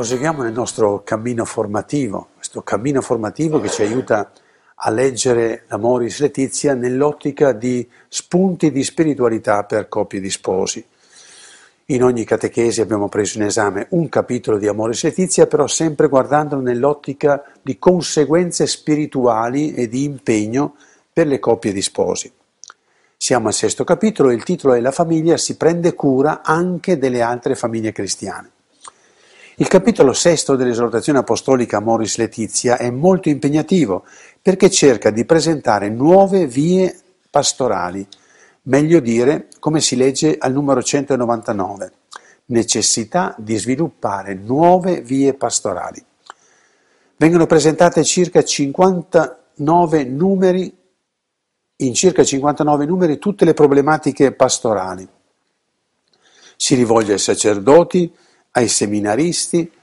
Proseguiamo nel nostro cammino formativo, questo cammino formativo che ci aiuta a leggere l'Amoris Laetitia nell'ottica di spunti di spiritualità per coppie di sposi. In ogni catechesi abbiamo preso in esame un capitolo di Amoris Laetitia, però sempre guardandolo nell'ottica di conseguenze spirituali e di impegno per le coppie di sposi. Siamo al sesto capitolo e il titolo è La famiglia si prende cura anche delle altre famiglie cristiane. Il capitolo sesto dell'esortazione apostolica Amoris Laetitia è molto impegnativo perché cerca di presentare nuove vie pastorali, meglio dire, come si legge al numero 199, necessità di sviluppare nuove vie pastorali. Vengono presentate in circa 59 numeri tutte le problematiche pastorali. Si rivolge ai sacerdoti, ai seminaristi,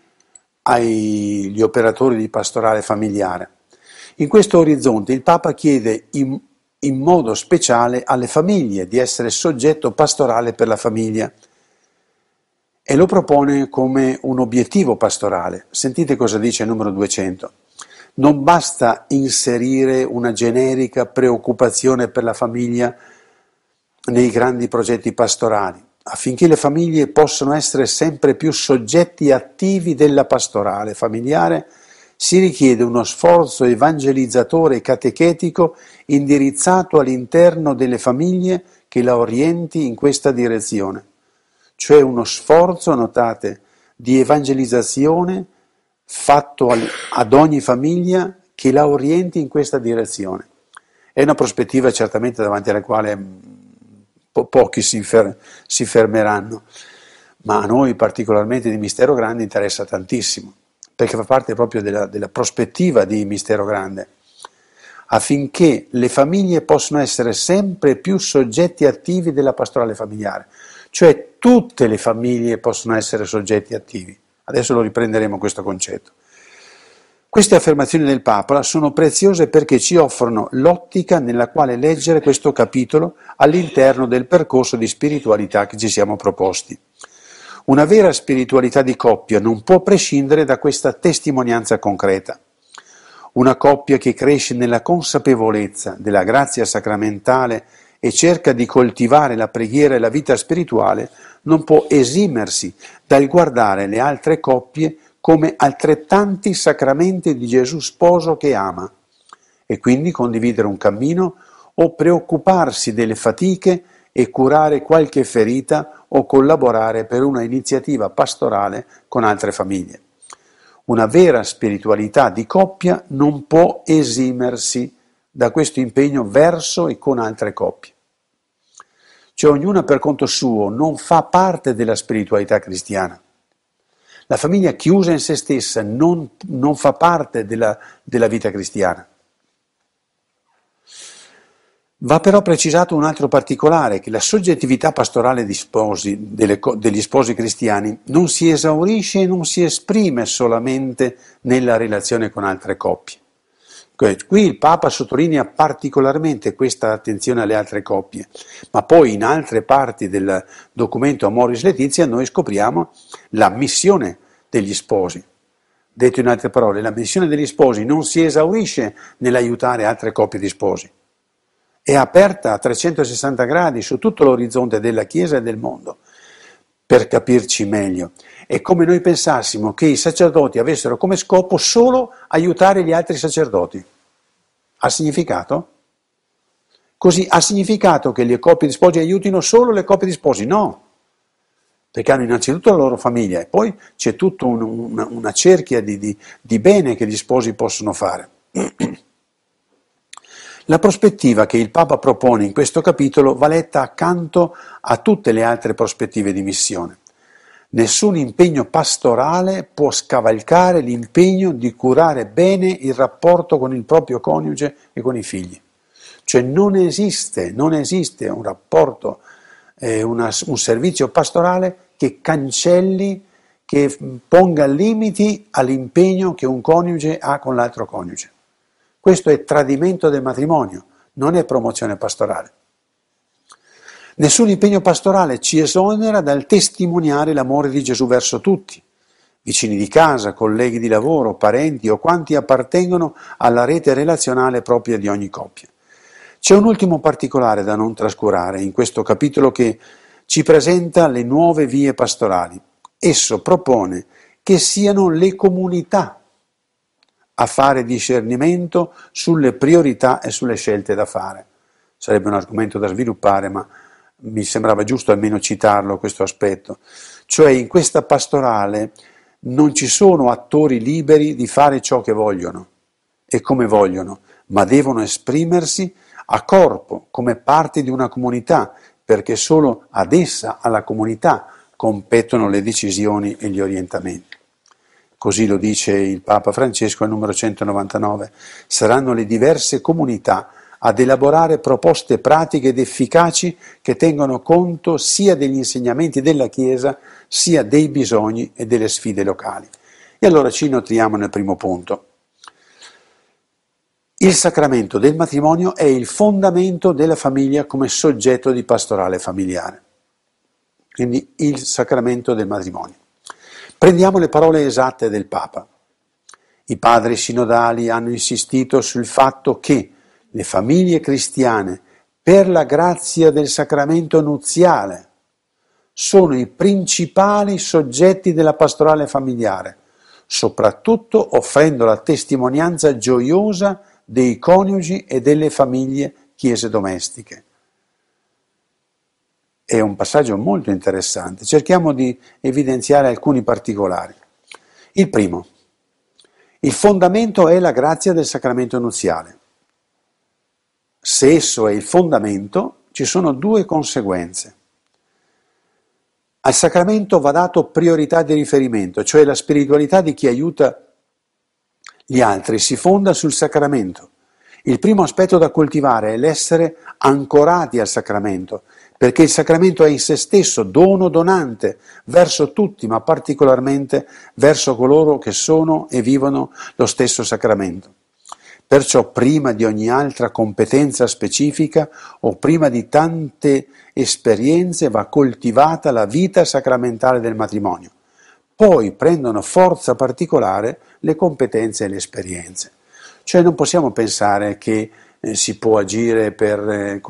agli operatori di pastorale familiare. In questo orizzonte il Papa chiede in modo speciale alle famiglie di essere soggetto pastorale per la famiglia e lo propone come un obiettivo pastorale. Sentite cosa dice il numero 200. Non basta inserire una generica preoccupazione per la famiglia nei grandi progetti pastorali. Affinché le famiglie possano essere sempre più soggetti attivi della pastorale familiare, si richiede uno sforzo evangelizzatore e catechetico indirizzato all'interno delle famiglie che la orienti in questa direzione. Cioè uno sforzo, notate, di evangelizzazione fatto ad ogni famiglia che la orienti in questa direzione. È una prospettiva certamente davanti alla quale pochi si fermeranno, ma a noi particolarmente di Mistero Grande interessa tantissimo, perché fa parte proprio della prospettiva di Mistero Grande, affinché le famiglie possano essere sempre più soggetti attivi della pastorale familiare, cioè tutte le famiglie possono essere soggetti attivi. Adesso lo riprenderemo questo concetto. Queste affermazioni del Papa sono preziose perché ci offrono l'ottica nella quale leggere questo capitolo all'interno del percorso di spiritualità che ci siamo proposti. Una vera spiritualità di coppia non può prescindere da questa testimonianza concreta. Una coppia che cresce nella consapevolezza della grazia sacramentale e cerca di coltivare la preghiera e la vita spirituale non può esimersi dal guardare le altre coppie come altrettanti sacramenti di Gesù sposo che ama e quindi condividere un cammino o preoccuparsi delle fatiche e curare qualche ferita o collaborare per una iniziativa pastorale con altre famiglie. Una vera spiritualità di coppia non può esimersi da questo impegno verso e con altre coppie. Cioè ognuna per conto suo non fa parte della spiritualità cristiana. La famiglia chiusa in se stessa non fa parte della vita cristiana. Va però precisato un altro particolare, che la soggettività pastorale degli sposi cristiani non si esaurisce e non si esprime solamente nella relazione con altre coppie. Qui il Papa sottolinea particolarmente questa attenzione alle altre coppie, ma poi in altre parti del documento Amoris Laetitia noi scopriamo la missione degli sposi. Detto in altre parole, la missione degli sposi non si esaurisce nell'aiutare altre coppie di sposi, è aperta a 360 gradi su tutto l'orizzonte della Chiesa e del mondo. Per capirci meglio, è come noi pensassimo che i sacerdoti avessero come scopo solo aiutare gli altri sacerdoti. Ha significato? Così ha significato che le coppie di sposi aiutino solo le coppie di sposi? No, perché hanno innanzitutto la loro famiglia e poi c'è tutta una cerchia di bene che gli sposi possono fare. La prospettiva che il Papa propone in questo capitolo va letta accanto a tutte le altre prospettive di missione. Nessun impegno pastorale può scavalcare l'impegno di curare bene il rapporto con il proprio coniuge e con i figli. Cioè non esiste un rapporto, un servizio pastorale che cancelli, che ponga limiti all'impegno che un coniuge ha con l'altro coniuge. Questo è tradimento del matrimonio, non è promozione pastorale. Nessun impegno pastorale ci esonera dal testimoniare l'amore di Gesù verso tutti, vicini di casa, colleghi di lavoro, parenti o quanti appartengono alla rete relazionale propria di ogni coppia. C'è un ultimo particolare da non trascurare in questo capitolo che ci presenta le nuove vie pastorali. Esso propone che siano le comunità a fare discernimento sulle priorità e sulle scelte da fare. Sarebbe un argomento da sviluppare, ma mi sembrava giusto almeno citarlo questo aspetto. Cioè in questa pastorale non ci sono attori liberi di fare ciò che vogliono e come vogliono, ma devono esprimersi a corpo, come parte di una comunità, perché solo ad essa, alla comunità, competono le decisioni e gli orientamenti. Così lo dice il Papa Francesco al numero 199. Saranno le diverse comunità ad elaborare proposte pratiche ed efficaci che tengono conto sia degli insegnamenti della Chiesa, sia dei bisogni e delle sfide locali. E allora ci inoltriamo nel primo punto. Il sacramento del matrimonio è il fondamento della famiglia come soggetto di pastorale familiare. Quindi il sacramento del matrimonio. Prendiamo le parole esatte del Papa. I padri sinodali hanno insistito sul fatto che le famiglie cristiane, per la grazia del sacramento nuziale, sono i principali soggetti della pastorale familiare, soprattutto offrendo la testimonianza gioiosa dei coniugi e delle famiglie chiese domestiche. È un passaggio molto interessante. Cerchiamo di evidenziare alcuni particolari. Il primo, il fondamento è la grazia del sacramento nuziale. Se esso è il fondamento, ci sono due conseguenze. Al sacramento va dato priorità di riferimento, cioè la spiritualità di chi aiuta gli altri si fonda sul sacramento. Il primo aspetto da coltivare è l'essere ancorati al sacramento, perché il sacramento è in se stesso dono donante verso tutti, ma particolarmente verso coloro che sono e vivono lo stesso sacramento. Perciò prima di ogni altra competenza specifica o prima di tante esperienze va coltivata la vita sacramentale del matrimonio. Poi prendono forza particolare le competenze e le esperienze. Cioè non possiamo pensare che si può agire per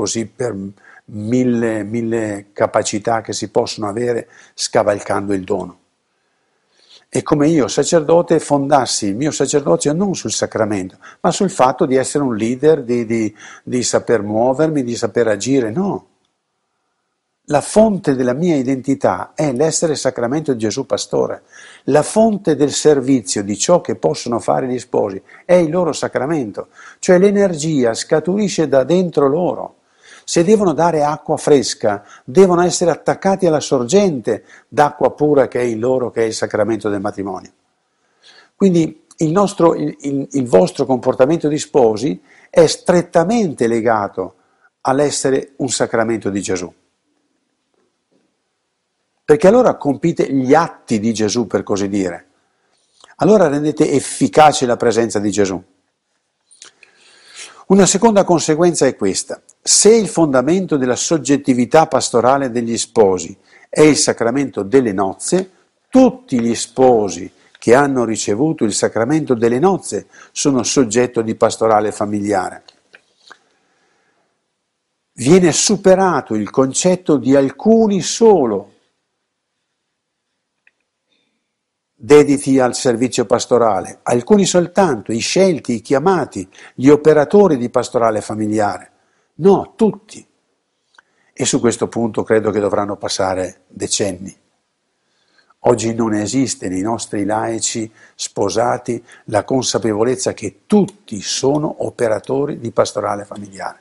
mille capacità che si possono avere scavalcando il dono. È come io, sacerdote, fondassi il mio sacerdozio non sul sacramento, ma sul fatto di essere un leader, di saper muovermi, di saper agire. No. La fonte della mia identità è l'essere sacramento di Gesù Pastore. La fonte del servizio, di ciò che possono fare gli sposi, è il loro sacramento. Cioè l'energia scaturisce da dentro loro. Se devono dare acqua fresca, devono essere attaccati alla sorgente d'acqua pura che è il loro, che è il sacramento del matrimonio. Quindi il vostro comportamento di sposi è strettamente legato all'essere un sacramento di Gesù. Perché allora compite gli atti di Gesù, per così dire. Allora rendete efficace la presenza di Gesù. Una seconda conseguenza è questa. Se il fondamento della soggettività pastorale degli sposi è il sacramento delle nozze, tutti gli sposi che hanno ricevuto il sacramento delle nozze sono soggetto di pastorale familiare. Viene superato il concetto di alcuni solo dediti al servizio pastorale, alcuni soltanto, i scelti, i chiamati, gli operatori di pastorale familiare. No, tutti. E su questo punto credo che dovranno passare decenni. Oggi non esiste nei nostri laici sposati la consapevolezza che tutti sono operatori di pastorale familiare.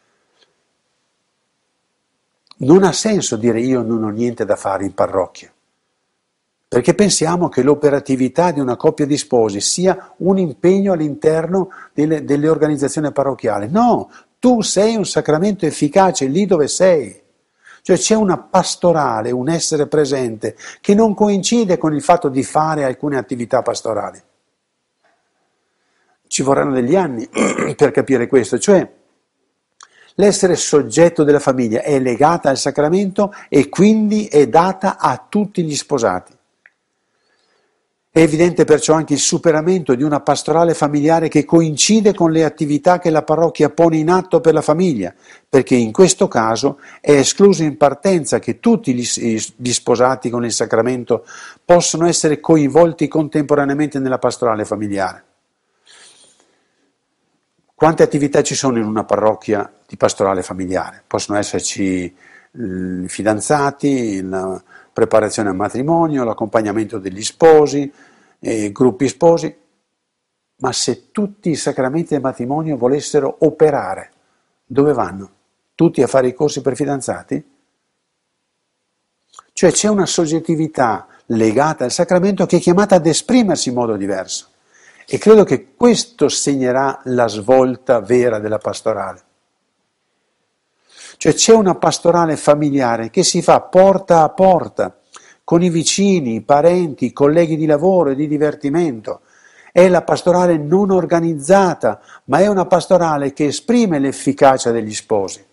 Non ha senso dire io non ho niente da fare in parrocchia. Perché pensiamo che l'operatività di una coppia di sposi sia un impegno all'interno delle organizzazioni parrocchiali. No, tu sei un sacramento efficace lì dove sei. Cioè c'è una pastorale, un essere presente, che non coincide con il fatto di fare alcune attività pastorali. Ci vorranno degli anni per capire questo. Cioè l'essere soggetto della famiglia è legata al sacramento e quindi è data a tutti gli sposati. È evidente perciò anche il superamento di una pastorale familiare che coincide con le attività che la parrocchia pone in atto per la famiglia, perché in questo caso è escluso in partenza che tutti gli sposati con il sacramento possano essere coinvolti contemporaneamente nella pastorale familiare. Quante attività ci sono in una parrocchia di pastorale familiare? Possono esserci fidanzati, la preparazione al matrimonio, l'accompagnamento degli sposi, gruppi sposi, ma se tutti i sacramenti del matrimonio volessero operare, dove vanno? Tutti a fare i corsi per fidanzati? Cioè c'è una soggettività legata al sacramento che è chiamata ad esprimersi in modo diverso. E credo che questo segnerà la svolta vera della pastorale. Cioè c'è una pastorale familiare che si fa porta a porta, con i vicini, i parenti, i colleghi di lavoro e di divertimento. È la pastorale non organizzata, ma è una pastorale che esprime l'efficacia degli sposi.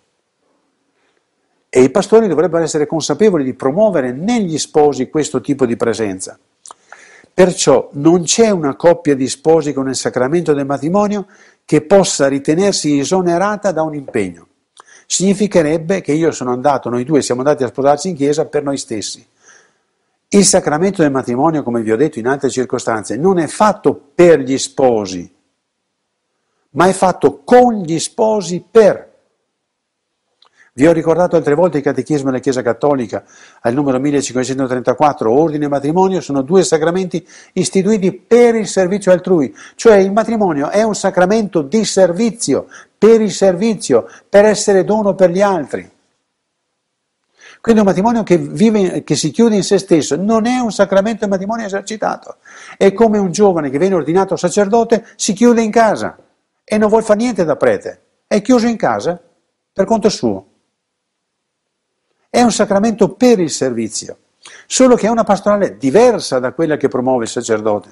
E i pastori dovrebbero essere consapevoli di promuovere negli sposi questo tipo di presenza. Perciò non c'è una coppia di sposi con il sacramento del matrimonio che possa ritenersi esonerata da un impegno. Significherebbe che noi due siamo andati a sposarci in chiesa per noi stessi. Il sacramento del matrimonio, come vi ho detto in altre circostanze, non è fatto per gli sposi, ma è fatto con gli sposi per. Vi ho ricordato altre volte il Catechismo della Chiesa Cattolica, al numero 1534, ordine e matrimonio sono due sacramenti istituiti per il servizio altrui, cioè il matrimonio è un sacramento di servizio, per il servizio, per essere dono per gli altri. Quindi un matrimonio che si chiude in se stesso non è un sacramento del matrimonio esercitato, è come un giovane che viene ordinato sacerdote, si chiude in casa e non vuol fare niente da prete, è chiuso in casa per conto suo. È un sacramento per il servizio, solo che è una pastorale diversa da quella che promuove il sacerdote.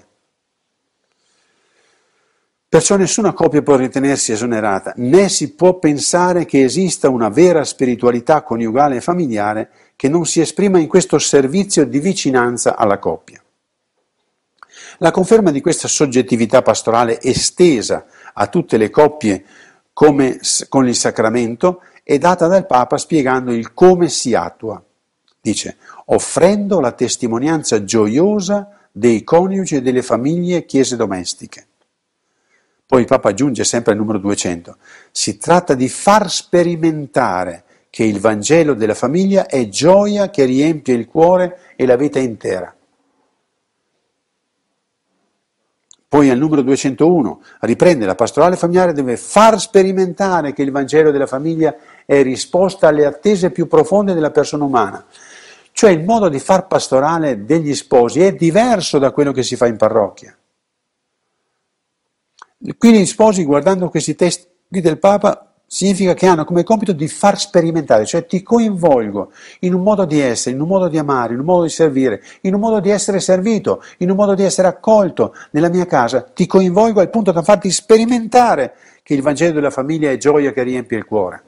Perciò nessuna coppia può ritenersi esonerata, né si può pensare che esista una vera spiritualità coniugale e familiare che non si esprima in questo servizio di vicinanza alla coppia. La conferma di questa soggettività pastorale estesa a tutte le coppie come con il sacramento è data dal Papa spiegando il come si attua. Dice, offrendo la testimonianza gioiosa dei coniugi e delle famiglie chiese domestiche. Poi il Papa aggiunge sempre al numero 200, si tratta di far sperimentare che il Vangelo della famiglia è gioia che riempie il cuore e la vita intera. Poi al numero 201 riprende la pastorale familiare, deve far sperimentare che il Vangelo della famiglia è risposta alle attese più profonde della persona umana. Cioè il modo di far pastorale degli sposi è diverso da quello che si fa in parrocchia. Quindi gli sposi, guardando questi testi del Papa, significa che hanno come compito di far sperimentare, cioè ti coinvolgo in un modo di essere, in un modo di amare, in un modo di servire, in un modo di essere servito, in un modo di essere accolto nella mia casa, ti coinvolgo al punto da farti sperimentare che il Vangelo della famiglia è gioia che riempie il cuore.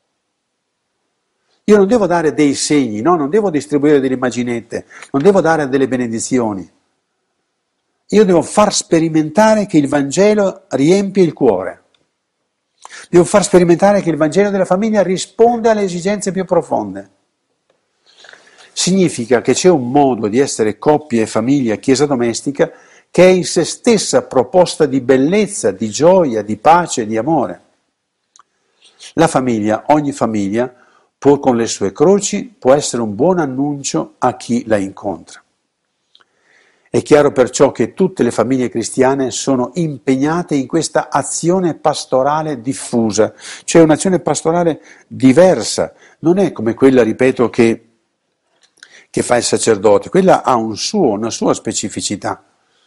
Io non devo dare dei segni, no? Non devo distribuire delle immaginette, non devo dare delle benedizioni. Io devo far sperimentare che il Vangelo riempie il cuore. Devo far sperimentare che il Vangelo della famiglia risponde alle esigenze più profonde. Significa che c'è un modo di essere coppia e famiglia, chiesa domestica, che è in se stessa proposta di bellezza, di gioia, di pace, di amore. La famiglia, ogni famiglia, pur con le sue croci, può essere un buon annuncio a chi la incontra. È chiaro perciò che tutte le famiglie cristiane sono impegnate in questa azione pastorale diffusa, cioè un'azione pastorale diversa, non è come quella, ripeto, che fa il sacerdote, quella ha una sua specificità.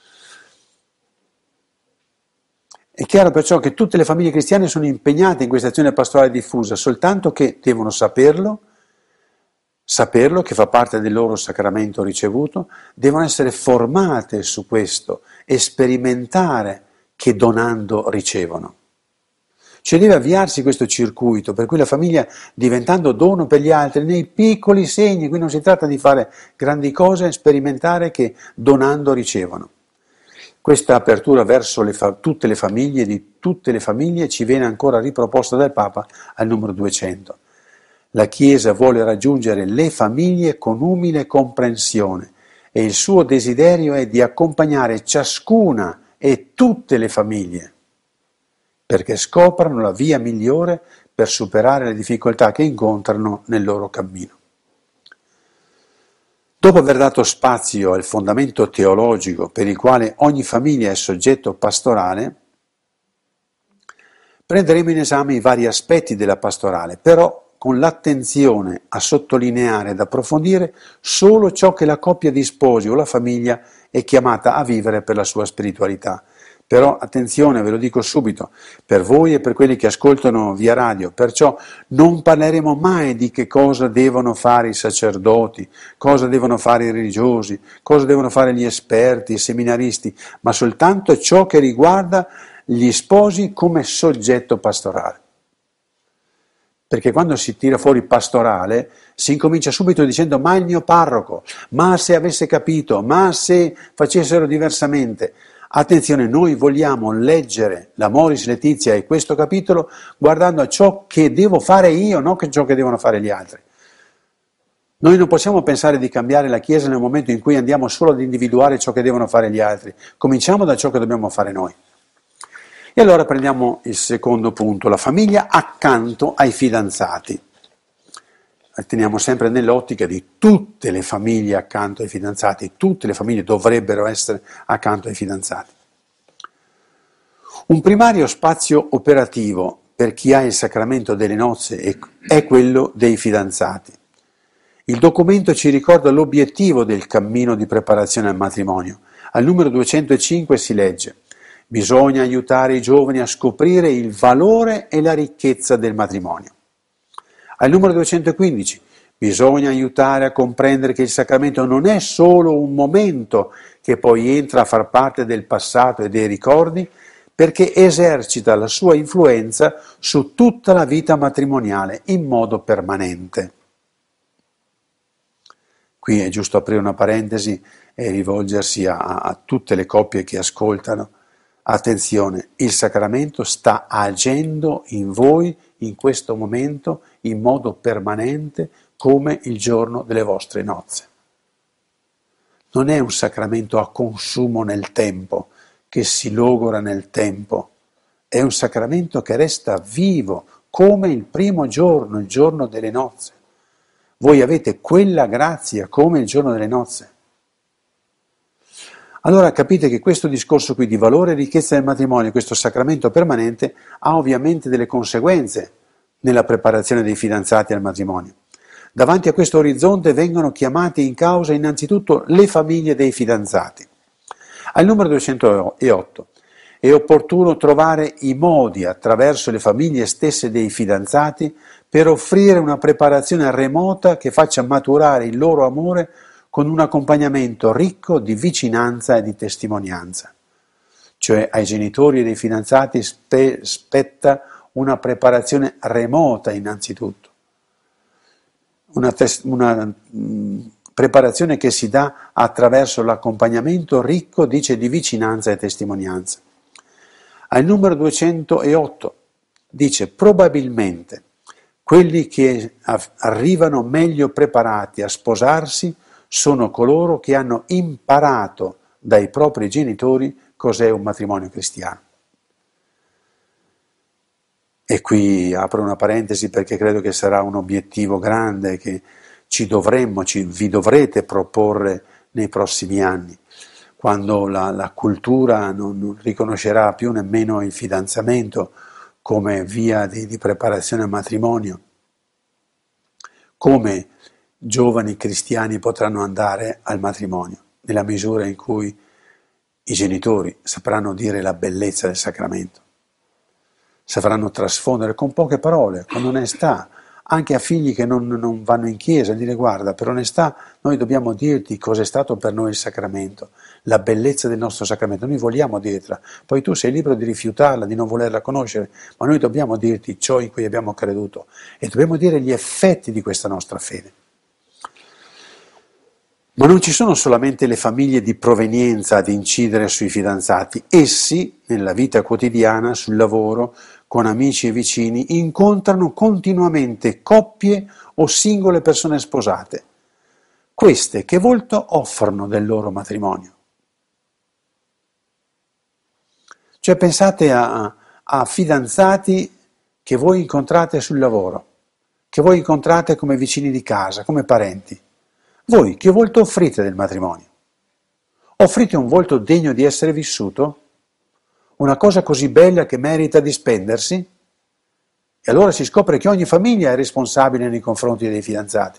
È chiaro perciò che tutte le famiglie cristiane sono impegnate in questa azione pastorale diffusa, soltanto che devono saperlo che fa parte del loro sacramento ricevuto, devono essere formate su questo e sperimentare che donando ricevono. Cioè deve avviarsi questo circuito per cui la famiglia, diventando dono per gli altri, nei piccoli segni, qui non si tratta di fare grandi cose, sperimentare che donando ricevono. Questa apertura verso tutte le famiglie, di tutte le famiglie, ci viene ancora riproposta dal Papa al numero 200. La Chiesa vuole raggiungere le famiglie con umile comprensione e il suo desiderio è di accompagnare ciascuna e tutte le famiglie perché scoprano la via migliore per superare le difficoltà che incontrano nel loro cammino. Dopo aver dato spazio al fondamento teologico per il quale ogni famiglia è soggetto pastorale, prenderemo in esame i vari aspetti della pastorale, però con l'attenzione a sottolineare ed approfondire solo ciò che la coppia di sposi o la famiglia è chiamata a vivere per la sua spiritualità. Però attenzione, ve lo dico subito, per voi e per quelli che ascoltano via radio, perciò non parleremo mai di che cosa devono fare i sacerdoti, cosa devono fare i religiosi, cosa devono fare gli esperti, i seminaristi, ma soltanto ciò che riguarda gli sposi come soggetto pastorale. Perché quando si tira fuori pastorale si incomincia subito dicendo ma il mio parroco, ma se avesse capito, ma se facessero diversamente. Attenzione, noi vogliamo leggere l'Amoris Laetitia e questo capitolo guardando a ciò che devo fare io, non ciò che devono fare gli altri. Noi non possiamo pensare di cambiare la Chiesa nel momento in cui andiamo solo ad individuare ciò che devono fare gli altri. Cominciamo da ciò che dobbiamo fare noi. E allora prendiamo il secondo punto, la famiglia accanto ai fidanzati. Teniamo sempre nell'ottica di tutte le famiglie accanto ai fidanzati, tutte le famiglie dovrebbero essere accanto ai fidanzati. Un primario spazio operativo per chi ha il sacramento delle nozze è quello dei fidanzati. Il documento ci ricorda l'obiettivo del cammino di preparazione al matrimonio. Al numero 205 si legge: bisogna aiutare i giovani a scoprire il valore e la ricchezza del matrimonio. Al numero 215, bisogna aiutare a comprendere che il sacramento non è solo un momento che poi entra a far parte del passato e dei ricordi, perché esercita la sua influenza su tutta la vita matrimoniale in modo permanente. Qui è giusto aprire una parentesi e rivolgersi a tutte le coppie che ascoltano. Attenzione, il sacramento sta agendo in voi in questo momento in modo permanente come il giorno delle vostre nozze. Non è un sacramento a consumo nel tempo, che si logora nel tempo, è un sacramento che resta vivo come il primo giorno, il giorno delle nozze. Voi avete quella grazia come il giorno delle nozze. Allora capite che questo discorso qui di valore e ricchezza del matrimonio, questo sacramento permanente, ha ovviamente delle conseguenze nella preparazione dei fidanzati al matrimonio. Davanti a questo orizzonte vengono chiamate in causa innanzitutto le famiglie dei fidanzati. Al numero 208 è opportuno trovare i modi attraverso le famiglie stesse dei fidanzati per offrire una preparazione remota che faccia maturare il loro amore con un accompagnamento ricco di vicinanza e di testimonianza. Cioè ai genitori dei fidanzati spetta una preparazione remota innanzitutto, una preparazione che si dà attraverso l'accompagnamento ricco, dice, di vicinanza e testimonianza. Al numero 208 dice probabilmente quelli che arrivano meglio preparati a sposarsi sono coloro che hanno imparato dai propri genitori cos'è un matrimonio cristiano. E qui apro una parentesi perché credo che sarà un obiettivo grande che vi dovrete proporre nei prossimi anni, quando la cultura non riconoscerà più nemmeno il fidanzamento come via di preparazione al matrimonio, come giovani cristiani potranno andare al matrimonio, nella misura in cui i genitori sapranno dire la bellezza del sacramento, sapranno trasfondere con poche parole, con onestà, anche a figli che non vanno in chiesa, dire guarda, per onestà noi dobbiamo dirti cos'è stato per noi il sacramento, la bellezza del nostro sacramento, noi vogliamo dirtela, poi tu sei libero di rifiutarla, di non volerla conoscere, ma noi dobbiamo dirti ciò in cui abbiamo creduto e dobbiamo dire gli effetti di questa nostra fede. Ma non ci sono solamente le famiglie di provenienza ad incidere sui fidanzati, essi, nella vita quotidiana, sul lavoro, con amici e vicini, incontrano continuamente coppie o singole persone sposate. Queste che volto offrono del loro matrimonio? Cioè pensate a fidanzati che voi incontrate sul lavoro, che voi incontrate come vicini di casa, come parenti. Voi che volto offrite del matrimonio? Offrite un volto degno di essere vissuto? Una cosa così bella che merita di spendersi? E allora si scopre che ogni famiglia è responsabile nei confronti dei fidanzati.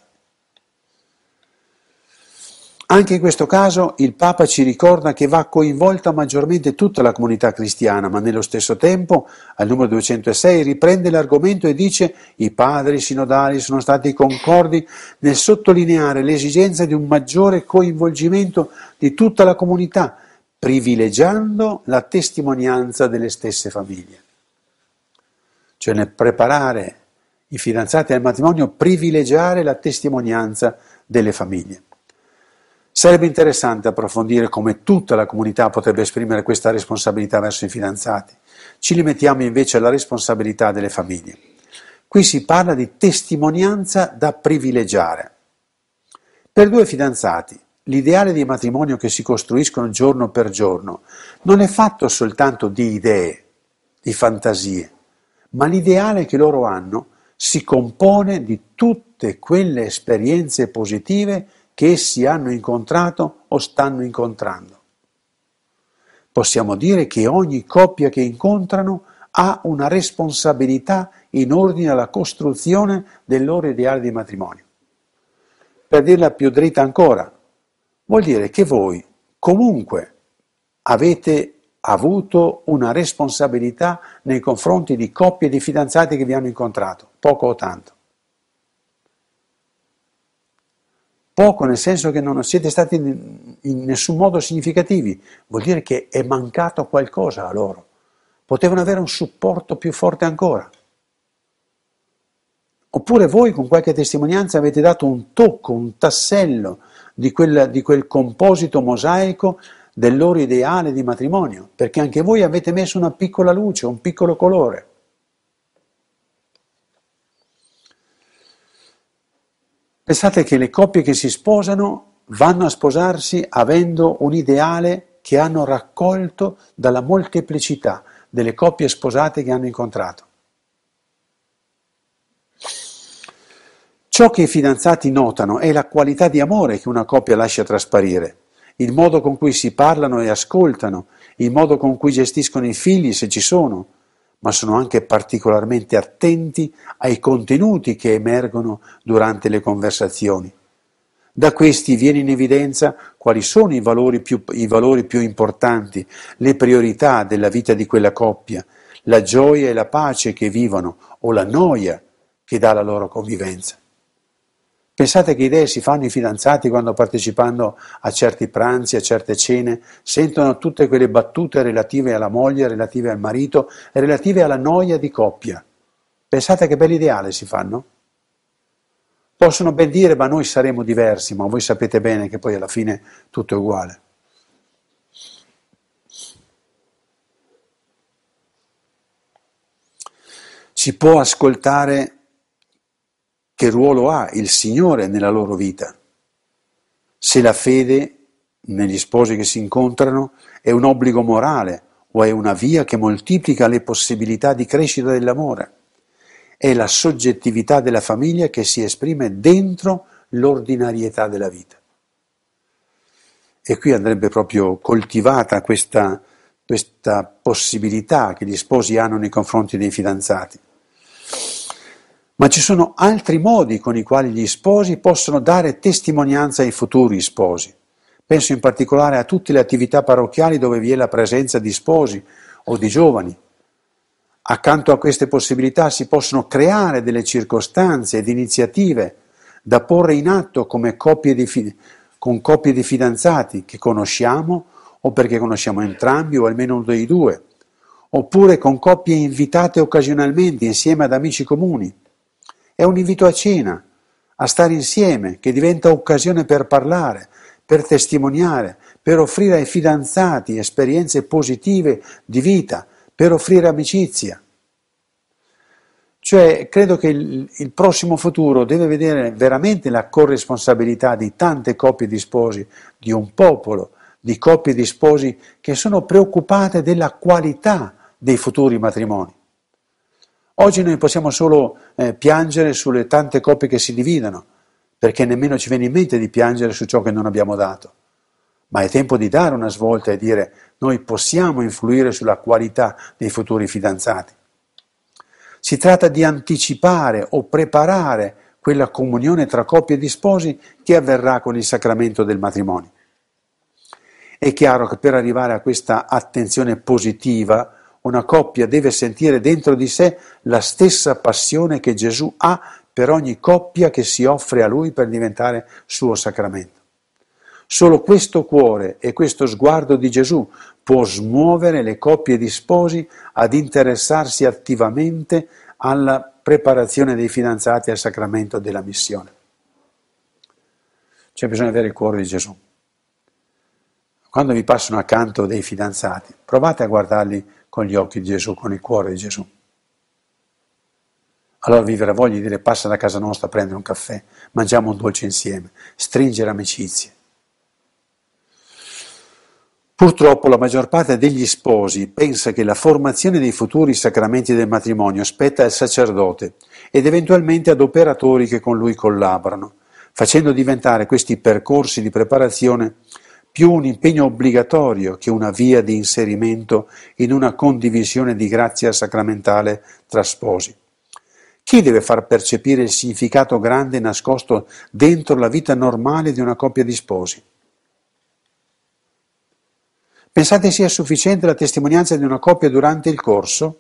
Anche in questo caso il Papa ci ricorda che va coinvolta maggiormente tutta la comunità cristiana, ma nello stesso tempo, al numero 206, riprende l'argomento e dice: i padri sinodali sono stati concordi nel sottolineare l'esigenza di un maggiore coinvolgimento di tutta la comunità, privilegiando la testimonianza delle stesse famiglie. Cioè nel preparare i fidanzati al matrimonio, privilegiare la testimonianza delle famiglie. Sarebbe interessante approfondire come tutta la comunità potrebbe esprimere questa responsabilità verso i fidanzati. Ci limitiamo invece alla responsabilità delle famiglie. Qui si parla di testimonianza da privilegiare. Per due fidanzati, l'ideale di matrimonio che si costruiscono giorno per giorno non è fatto soltanto di idee, di fantasie, ma l'ideale che loro hanno si compone di tutte quelle esperienze positive che essi hanno incontrato o stanno incontrando. Possiamo dire che ogni coppia che incontrano ha una responsabilità in ordine alla costruzione del loro ideale di matrimonio. Per dirla più dritta ancora, vuol dire che voi comunque avete avuto una responsabilità nei confronti di coppie di fidanzati che vi hanno incontrato, poco o tanto. Poco nel senso che non siete stati in nessun modo significativi, vuol dire che è mancato qualcosa a loro. Potevano avere un supporto più forte ancora. Oppure voi con qualche testimonianza avete dato un tocco, un tassello di quel composito mosaico del loro ideale di matrimonio, perché anche voi avete messo una piccola luce, un piccolo colore. Pensate che le coppie che si sposano vanno a sposarsi avendo un ideale che hanno raccolto dalla molteplicità delle coppie sposate che hanno incontrato. Ciò che i fidanzati notano è la qualità di amore che una coppia lascia trasparire, il modo con cui si parlano e ascoltano, il modo con cui gestiscono i figli se ci sono, ma sono anche particolarmente attenti ai contenuti che emergono durante le conversazioni. Da questi viene in evidenza quali sono i valori più importanti, le priorità della vita di quella coppia, la gioia e la pace che vivono o la noia che dà la loro convivenza. Pensate che idee si fanno i fidanzati quando partecipando a certi pranzi, a certe cene, sentono tutte quelle battute relative alla moglie, relative al marito, relative alla noia di coppia. Pensate che bell'ideale si fanno? Possono ben dire, ma noi saremo diversi, ma voi sapete bene che poi alla fine tutto è uguale. Si può ascoltare che ruolo ha il Signore nella loro vita. Se la fede negli sposi che si incontrano è un obbligo morale o è una via che moltiplica le possibilità di crescita dell'amore. È la soggettività della famiglia che si esprime dentro l'ordinarietà della vita. E qui andrebbe proprio coltivata questa possibilità che gli sposi hanno nei confronti dei fidanzati. Ma ci sono altri modi con i quali gli sposi possono dare testimonianza ai futuri sposi. Penso in particolare a tutte le attività parrocchiali dove vi è la presenza di sposi o di giovani. Accanto a queste possibilità si possono creare delle circostanze ed iniziative da porre in atto come con coppie di fidanzati che conosciamo o perché conosciamo entrambi o almeno uno dei due, oppure con coppie invitate occasionalmente insieme ad amici comuni. È un invito a cena, a stare insieme, che diventa occasione per parlare, per testimoniare, per offrire ai fidanzati esperienze positive di vita, per offrire amicizia. Cioè, credo che il prossimo futuro deve vedere veramente la corresponsabilità di tante coppie di sposi, di un popolo di coppie di sposi che sono preoccupate della qualità dei futuri matrimoni. Oggi noi possiamo solo piangere sulle tante coppie che si dividono, perché nemmeno ci viene in mente di piangere su ciò che non abbiamo dato. Ma è tempo di dare una svolta e dire: noi possiamo influire sulla qualità dei futuri fidanzati. Si tratta di anticipare o preparare quella comunione tra coppie di sposi che avverrà con il sacramento del matrimonio. È chiaro che per arrivare a questa attenzione positiva, una coppia deve sentire dentro di sé la stessa passione che Gesù ha per ogni coppia che si offre a Lui per diventare suo sacramento. Solo questo cuore e questo sguardo di Gesù può smuovere le coppie di sposi ad interessarsi attivamente alla preparazione dei fidanzati al sacramento della missione. C'è bisogno di avere il cuore di Gesù. Quando vi passano accanto dei fidanzati, provate a guardarli con gli occhi di Gesù, con il cuore di Gesù. Allora vi verrà voglia di dire: passa da casa nostra a prendere un caffè, mangiamo un dolce insieme, stringere amicizie. Purtroppo la maggior parte degli sposi pensa che la formazione dei futuri sacramenti del matrimonio spetta al sacerdote ed eventualmente ad operatori che con lui collaborano, facendo diventare questi percorsi di preparazione più un impegno obbligatorio che una via di inserimento in una condivisione di grazia sacramentale tra sposi. Chi deve far percepire il significato grande nascosto dentro la vita normale di una coppia di sposi? Pensate sia sufficiente la testimonianza di una coppia durante il corso?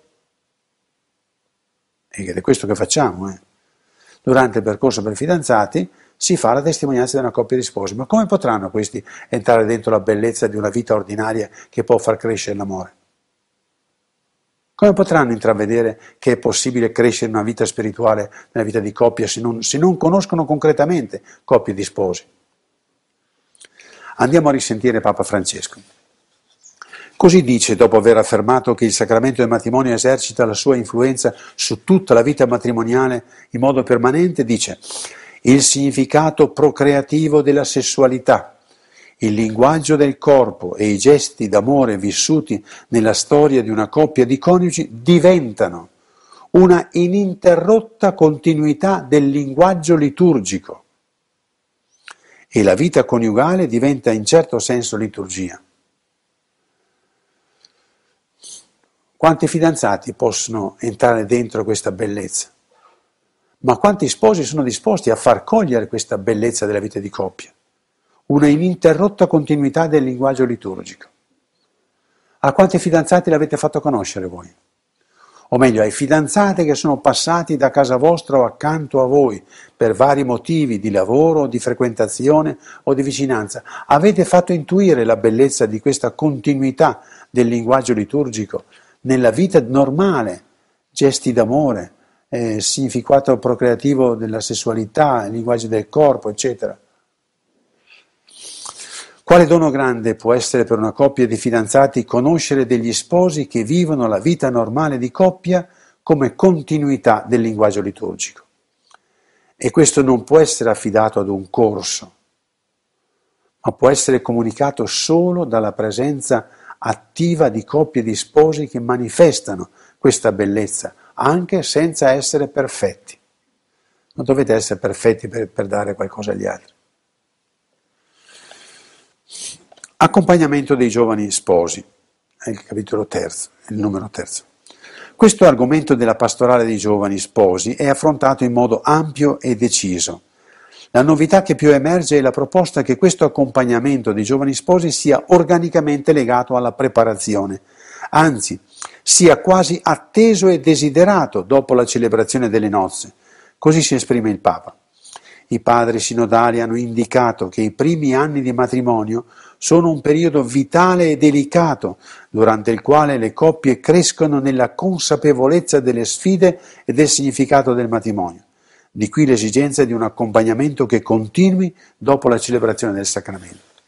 Ed è questo che facciamo. Durante il percorso per fidanzati si fa la testimonianza di una coppia di sposi. Ma come potranno questi entrare dentro la bellezza di una vita ordinaria che può far crescere l'amore? Come potranno intravedere che è possibile crescere in una vita spirituale, nella vita di coppia, se non conoscono concretamente coppie di sposi? Andiamo a risentire Papa Francesco. Così dice, dopo aver affermato che il sacramento del matrimonio esercita la sua influenza su tutta la vita matrimoniale in modo permanente, dice: il significato procreativo della sessualità, il linguaggio del corpo e i gesti d'amore vissuti nella storia di una coppia di coniugi diventano una ininterrotta continuità del linguaggio liturgico e la vita coniugale diventa in certo senso liturgia. Quanti fidanzati possono entrare dentro questa bellezza? Ma quanti sposi sono disposti a far cogliere questa bellezza della vita di coppia? Una ininterrotta continuità del linguaggio liturgico. A quanti fidanzati l'avete fatto conoscere voi? O meglio, ai fidanzati che sono passati da casa vostra o accanto a voi per vari motivi di lavoro, di frequentazione o di vicinanza. Avete fatto intuire la bellezza di questa continuità del linguaggio liturgico nella vita normale, gesti d'amore, significato procreativo della sessualità, il linguaggio del corpo, eccetera. Quale dono grande può essere per una coppia di fidanzati conoscere degli sposi che vivono la vita normale di coppia come continuità del linguaggio liturgico? E questo non può essere affidato ad un corso, ma può essere comunicato solo dalla presenza attiva di coppie di sposi che manifestano questa bellezza, anche senza essere perfetti. Non dovete essere perfetti per dare qualcosa agli altri. Accompagnamento dei giovani sposi, è il capitolo terzo, il numero terzo. Questo argomento della pastorale dei giovani sposi è affrontato in modo ampio e deciso. La novità che più emerge è la proposta che questo accompagnamento dei giovani sposi sia organicamente legato alla preparazione, anzi sia quasi atteso e desiderato dopo la celebrazione delle nozze. Così si esprime il Papa. I padri sinodali hanno indicato che i primi anni di matrimonio sono un periodo vitale e delicato, durante il quale le coppie crescono nella consapevolezza delle sfide e del significato del matrimonio. Di qui l'esigenza di un accompagnamento che continui dopo la celebrazione del sacramento.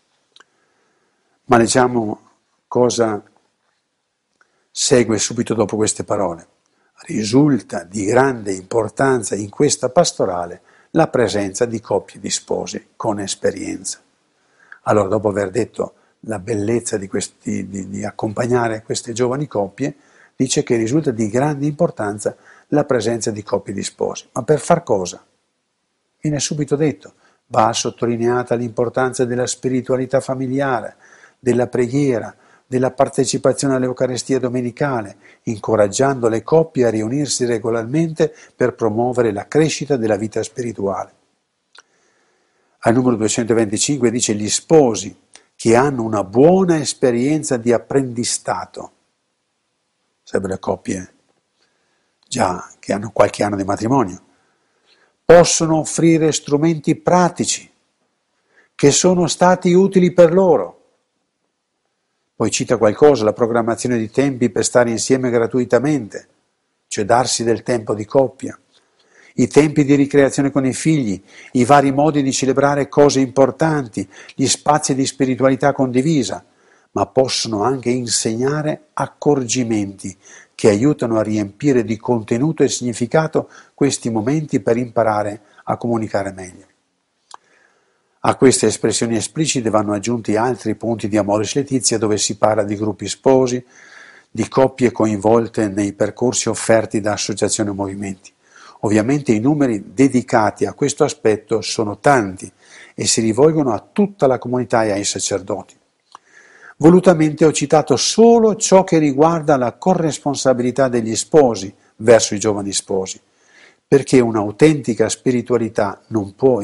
Ma leggiamo cosa segue subito dopo queste parole. Risulta di grande importanza in questa pastorale la presenza di coppie di sposi con esperienza. Allora, dopo aver detto la bellezza di accompagnare queste giovani coppie, dice che risulta di grande importanza la presenza di coppie di sposi. Ma per far cosa? Viene subito detto, va sottolineata l'importanza della spiritualità familiare, della preghiera, della partecipazione all'Eucaristia domenicale, incoraggiando le coppie a riunirsi regolarmente per promuovere la crescita della vita spirituale. Al numero 225 dice gli sposi che hanno una buona esperienza di apprendistato, sarebbero le coppie già che hanno qualche anno di matrimonio, possono offrire strumenti pratici che sono stati utili per loro. Poi cita qualcosa, la programmazione di tempi per stare insieme gratuitamente, cioè darsi del tempo di coppia, i tempi di ricreazione con i figli, i vari modi di celebrare cose importanti, gli spazi di spiritualità condivisa, ma possono anche insegnare accorgimenti che aiutano a riempire di contenuto e significato questi momenti per imparare a comunicare meglio. A queste espressioni esplicite vanno aggiunti altri punti di Amoris Laetitia dove si parla di gruppi sposi, di coppie coinvolte nei percorsi offerti da associazioni o movimenti. Ovviamente i numeri dedicati a questo aspetto sono tanti e si rivolgono a tutta la comunità e ai sacerdoti. Volutamente ho citato solo ciò che riguarda la corresponsabilità degli sposi verso i giovani sposi, perché un'autentica spiritualità non può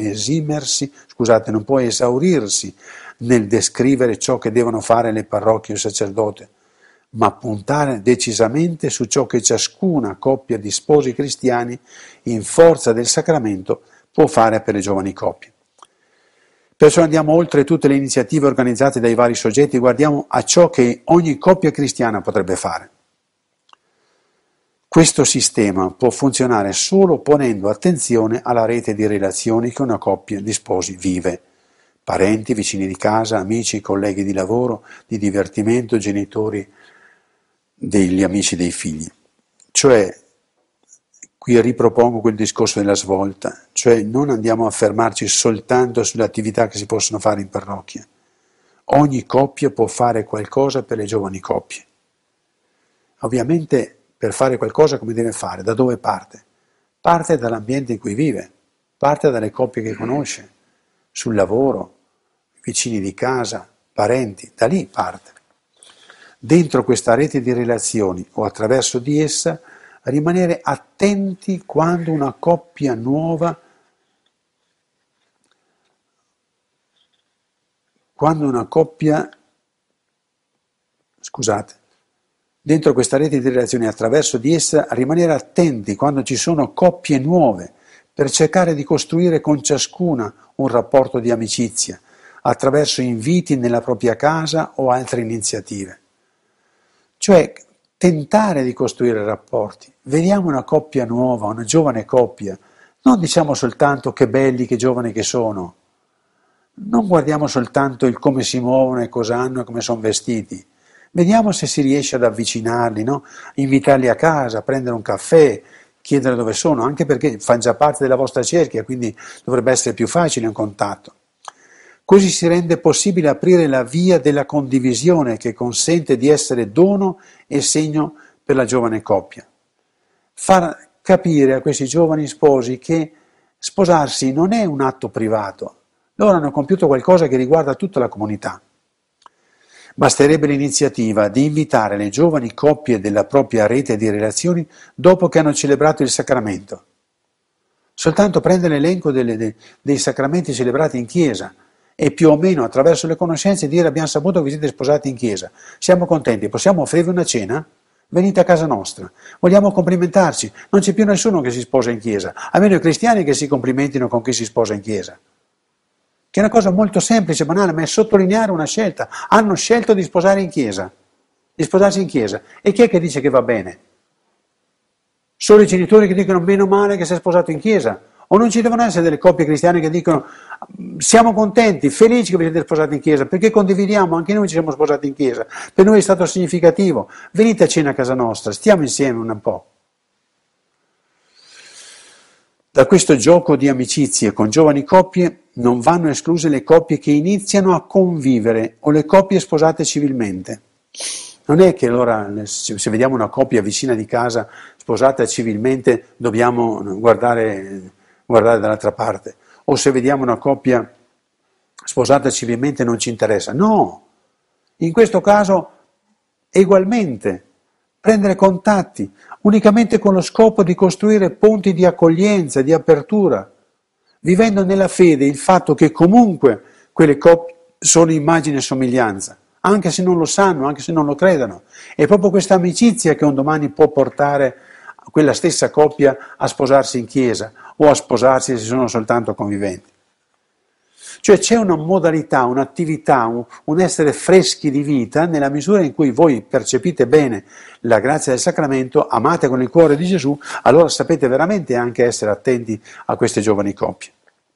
esaurirsi nel descrivere ciò che devono fare le parrocchie o il sacerdote, ma puntare decisamente su ciò che ciascuna coppia di sposi cristiani, in forza del sacramento, può fare per le giovani coppie. Perciò andiamo oltre tutte le iniziative organizzate dai vari soggetti e guardiamo a ciò che ogni coppia cristiana potrebbe fare. Questo sistema può funzionare solo ponendo attenzione alla rete di relazioni che una coppia di sposi vive. Parenti, vicini di casa, amici, colleghi di lavoro, di divertimento, genitori degli amici dei figli. Cioè, qui ripropongo quel discorso della svolta, cioè non andiamo a fermarci soltanto sulle attività che si possono fare in parrocchia. Ogni coppia può fare qualcosa per le giovani coppie. Ovviamente per fare qualcosa come deve fare? Da dove parte? Parte dall'ambiente in cui vive, parte dalle coppie che conosce, sul lavoro, vicini di casa, parenti, da lì parte. Dentro questa rete di relazioni o attraverso di essa rimanere attenti quando una coppia nuova, dentro questa rete di relazioni attraverso di essa rimanere attenti quando ci sono coppie nuove per cercare di costruire con ciascuna un rapporto di amicizia attraverso inviti nella propria casa o altre iniziative. Cioè tentare di costruire rapporti. Vediamo una coppia nuova, una giovane coppia, non diciamo soltanto che belli, che giovani che sono, non guardiamo soltanto il come si muovono e cosa hanno e come sono vestiti, vediamo se si riesce ad avvicinarli, no? Invitarli a casa, prendere un caffè, chiedere dove sono, anche perché fanno già parte della vostra cerchia, quindi dovrebbe essere più facile un contatto. Così si rende possibile aprire la via della condivisione che consente di essere dono e segno per la giovane coppia. Far capire a questi giovani sposi che sposarsi non è un atto privato, loro hanno compiuto qualcosa che riguarda tutta la comunità. Basterebbe l'iniziativa di invitare le giovani coppie della propria rete di relazioni dopo che hanno celebrato il sacramento. Soltanto prendere l'elenco dei sacramenti celebrati in chiesa e più o meno attraverso le conoscenze dire abbiamo saputo che vi siete sposati in chiesa, siamo contenti, possiamo offrirvi una cena? Venite a casa nostra, vogliamo complimentarci, non c'è più nessuno che si sposa in chiesa, almeno i cristiani che si complimentino con chi si sposa in chiesa. Che è una cosa molto semplice, banale, ma è sottolineare una scelta. Hanno scelto di sposare in chiesa, di sposarsi in chiesa. E chi è che dice che va bene? Solo i genitori che dicono meno male che si è sposato in chiesa? O non ci devono essere delle coppie cristiane che dicono siamo contenti, felici che vi siete sposati in chiesa, perché condividiamo, anche noi ci siamo sposati in chiesa, per noi è stato significativo, venite a cena a casa nostra, stiamo insieme un po'. Da questo gioco di amicizie con giovani coppie non vanno escluse le coppie che iniziano a convivere o le coppie sposate civilmente. Non è che allora se vediamo una coppia vicina di casa sposata civilmente dobbiamo guardare dall'altra parte, o se vediamo una coppia sposata civilmente non ci interessa. No, in questo caso ugualmente prendere contatti, unicamente con lo scopo di costruire ponti di accoglienza, di apertura, vivendo nella fede il fatto che comunque quelle coppie sono immagine e somiglianza, anche se non lo sanno, anche se non lo credono. È proprio questa amicizia che un domani può portare quella stessa coppia a sposarsi in chiesa o a sposarsi se sono soltanto conviventi. Cioè c'è una modalità, un'attività, un essere freschi di vita nella misura in cui voi percepite bene la grazia del sacramento, amate con il cuore di Gesù, allora sapete veramente anche essere attenti a queste giovani coppie.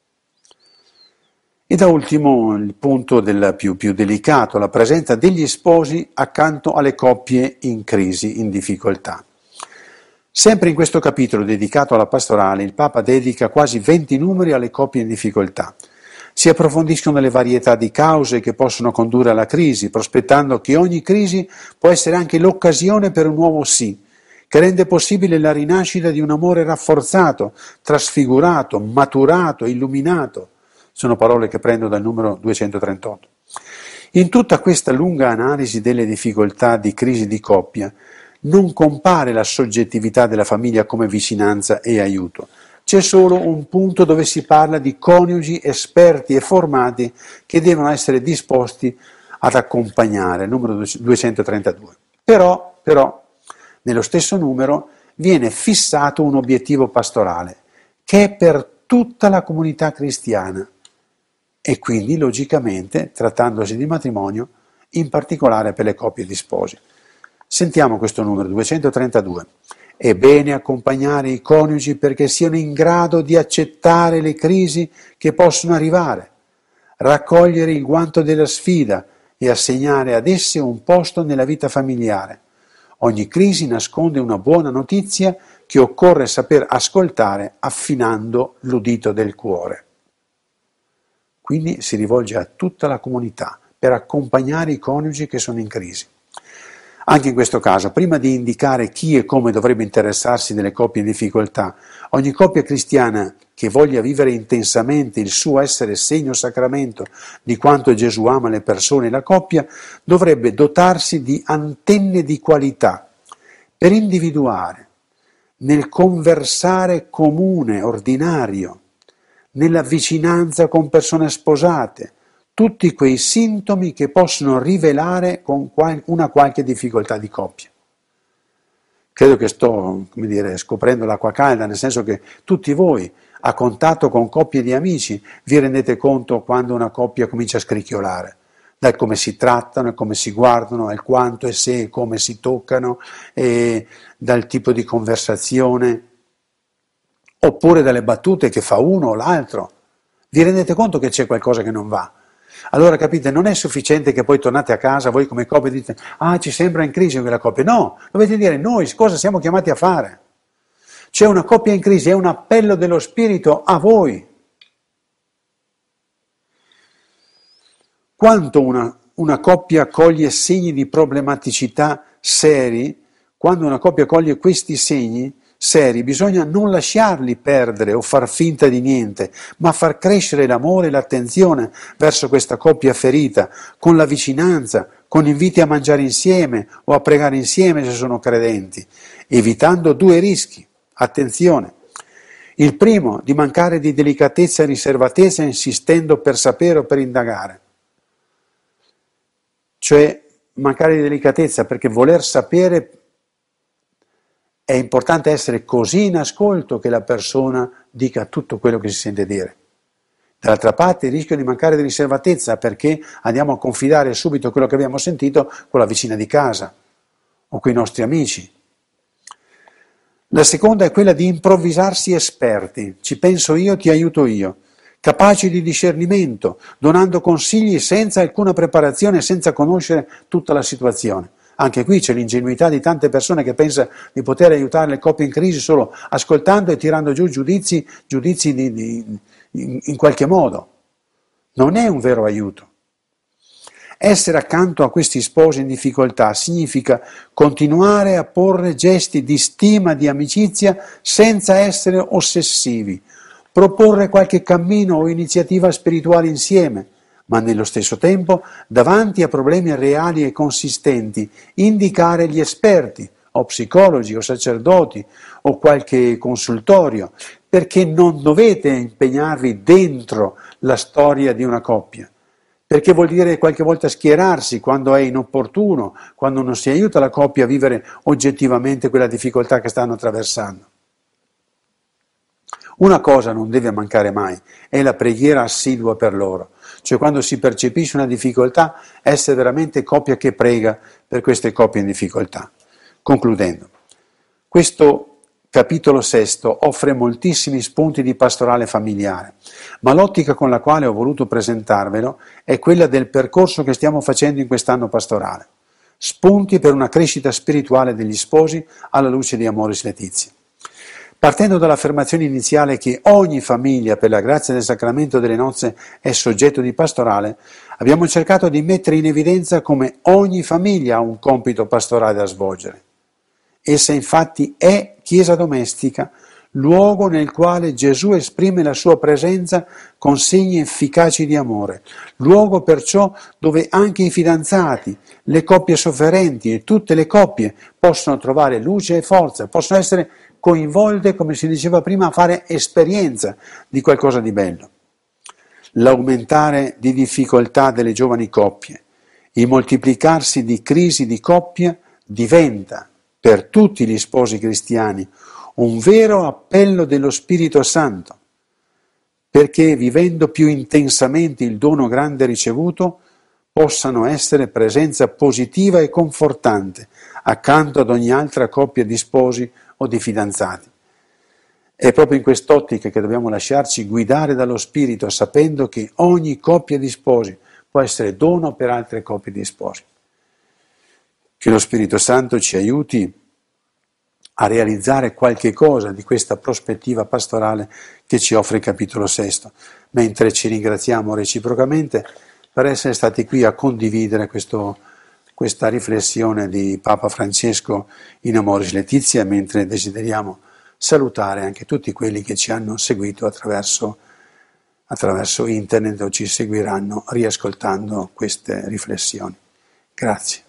E da ultimo il punto più delicato, la presenza degli sposi accanto alle coppie in crisi, in difficoltà. Sempre in questo capitolo dedicato alla pastorale, il Papa dedica quasi 20 numeri alle coppie in difficoltà. Si approfondiscono le varietà di cause che possono condurre alla crisi, prospettando che ogni crisi può essere anche l'occasione per un nuovo sì, che rende possibile la rinascita di un amore rafforzato, trasfigurato, maturato, illuminato. Sono parole che prendo dal numero 238. In tutta questa lunga analisi delle difficoltà di crisi di coppia, non compare la soggettività della famiglia come vicinanza e aiuto. C'è solo un punto dove si parla di coniugi esperti e formati che devono essere disposti ad accompagnare, numero 232. Però, nello stesso numero viene fissato un obiettivo pastorale, che è per tutta la comunità cristiana e quindi, logicamente, trattandosi di matrimonio, in particolare per le coppie di sposi. Sentiamo questo numero, 232. È bene accompagnare i coniugi perché siano in grado di accettare le crisi che possono arrivare, raccogliere il guanto della sfida e assegnare ad esse un posto nella vita familiare. Ogni crisi nasconde una buona notizia che occorre saper ascoltare affinando l'udito del cuore. Quindi si rivolge a tutta la comunità per accompagnare i coniugi che sono in crisi. Anche in questo caso, prima di indicare chi e come dovrebbe interessarsi delle coppie in difficoltà, ogni coppia cristiana che voglia vivere intensamente il suo essere segno sacramento di quanto Gesù ama le persone e la coppia, dovrebbe dotarsi di antenne di qualità per individuare, nel conversare comune, ordinario, nella vicinanza con persone sposate, tutti quei sintomi che possono rivelare con una qualche difficoltà di coppia. Credo che sto, scoprendo l'acqua calda, nel senso che tutti voi, a contatto con coppie di amici, vi rendete conto quando una coppia comincia a scricchiolare, dal come si trattano, e come si guardano, al quanto e se e come si toccano, e dal tipo di conversazione, oppure dalle battute che fa uno o l'altro. Vi rendete conto che c'è qualcosa che non va? Allora capite, non è sufficiente che poi tornate a casa, voi come coppia dite ci sembra in crisi quella coppia. No, dovete dire noi cosa siamo chiamati a fare. C'è una coppia in crisi, è un appello dello Spirito a voi. Quanto una coppia coglie segni di problematicità seri, quando una coppia coglie questi segni seri, bisogna non lasciarli perdere o far finta di niente, ma far crescere l'amore e l'attenzione verso questa coppia ferita, con la vicinanza, con inviti a mangiare insieme o a pregare insieme se sono credenti, evitando due rischi. Attenzione! Il primo, di mancare di delicatezza e riservatezza insistendo per sapere o per indagare. Cioè mancare di delicatezza perché voler sapere è importante essere così in ascolto che la persona dica tutto quello che si sente dire. Dall'altra parte il rischio di mancare di riservatezza perché andiamo a confidare subito quello che abbiamo sentito con la vicina di casa o con i nostri amici. La seconda è quella di improvvisarsi esperti, ci penso io, ti aiuto io, capaci di discernimento, donando consigli senza alcuna preparazione, senza conoscere tutta la situazione. Anche qui c'è l'ingenuità di tante persone che pensa di poter aiutare le coppie in crisi solo ascoltando e tirando giù giudizi in qualche modo. Non è un vero aiuto. Essere accanto a questi sposi in difficoltà significa continuare a porre gesti di stima, di amicizia, senza essere ossessivi, proporre qualche cammino o iniziativa spirituale insieme, ma nello stesso tempo, davanti a problemi reali e consistenti, indicare gli esperti, o psicologi, o sacerdoti, o qualche consultorio, perché non dovete impegnarvi dentro la storia di una coppia. Perché vuol dire qualche volta schierarsi quando è inopportuno, quando non si aiuta la coppia a vivere oggettivamente quella difficoltà che stanno attraversando. Una cosa non deve mancare mai, è la preghiera assidua per loro, cioè quando si percepisce una difficoltà, essere veramente coppia che prega per queste coppie in difficoltà. Concludendo, questo capitolo sesto offre moltissimi spunti di pastorale familiare, ma l'ottica con la quale ho voluto presentarvelo è quella del percorso che stiamo facendo in quest'anno pastorale. Spunti per una crescita spirituale degli sposi alla luce di Amoris Laetitia. Partendo dall'affermazione iniziale che ogni famiglia, per la grazia del sacramento delle nozze, è soggetto di pastorale, abbiamo cercato di mettere in evidenza come ogni famiglia ha un compito pastorale da svolgere. Essa infatti è chiesa domestica, luogo nel quale Gesù esprime la sua presenza con segni efficaci di amore, luogo perciò dove anche i fidanzati, le coppie sofferenti e tutte le coppie possono trovare luce e forza, possono essere coinvolte, come si diceva prima, a fare esperienza di qualcosa di bello. L'aumentare di difficoltà delle giovani coppie, il moltiplicarsi di crisi di coppia diventa per tutti gli sposi cristiani un vero appello dello Spirito Santo, perché vivendo più intensamente il dono grande ricevuto possano essere presenza positiva e confortante accanto ad ogni altra coppia di sposi o di fidanzati. È proprio in quest'ottica che dobbiamo lasciarci guidare dallo Spirito, sapendo che ogni coppia di sposi può essere dono per altre coppie di sposi. Che lo Spirito Santo ci aiuti a realizzare qualche cosa di questa prospettiva pastorale che ci offre il capitolo sesto, mentre ci ringraziamo reciprocamente per essere stati qui a condividere questa riflessione di Papa Francesco in Amoris Laetitia, mentre desideriamo salutare anche tutti quelli che ci hanno seguito attraverso internet o ci seguiranno riascoltando queste riflessioni. Grazie.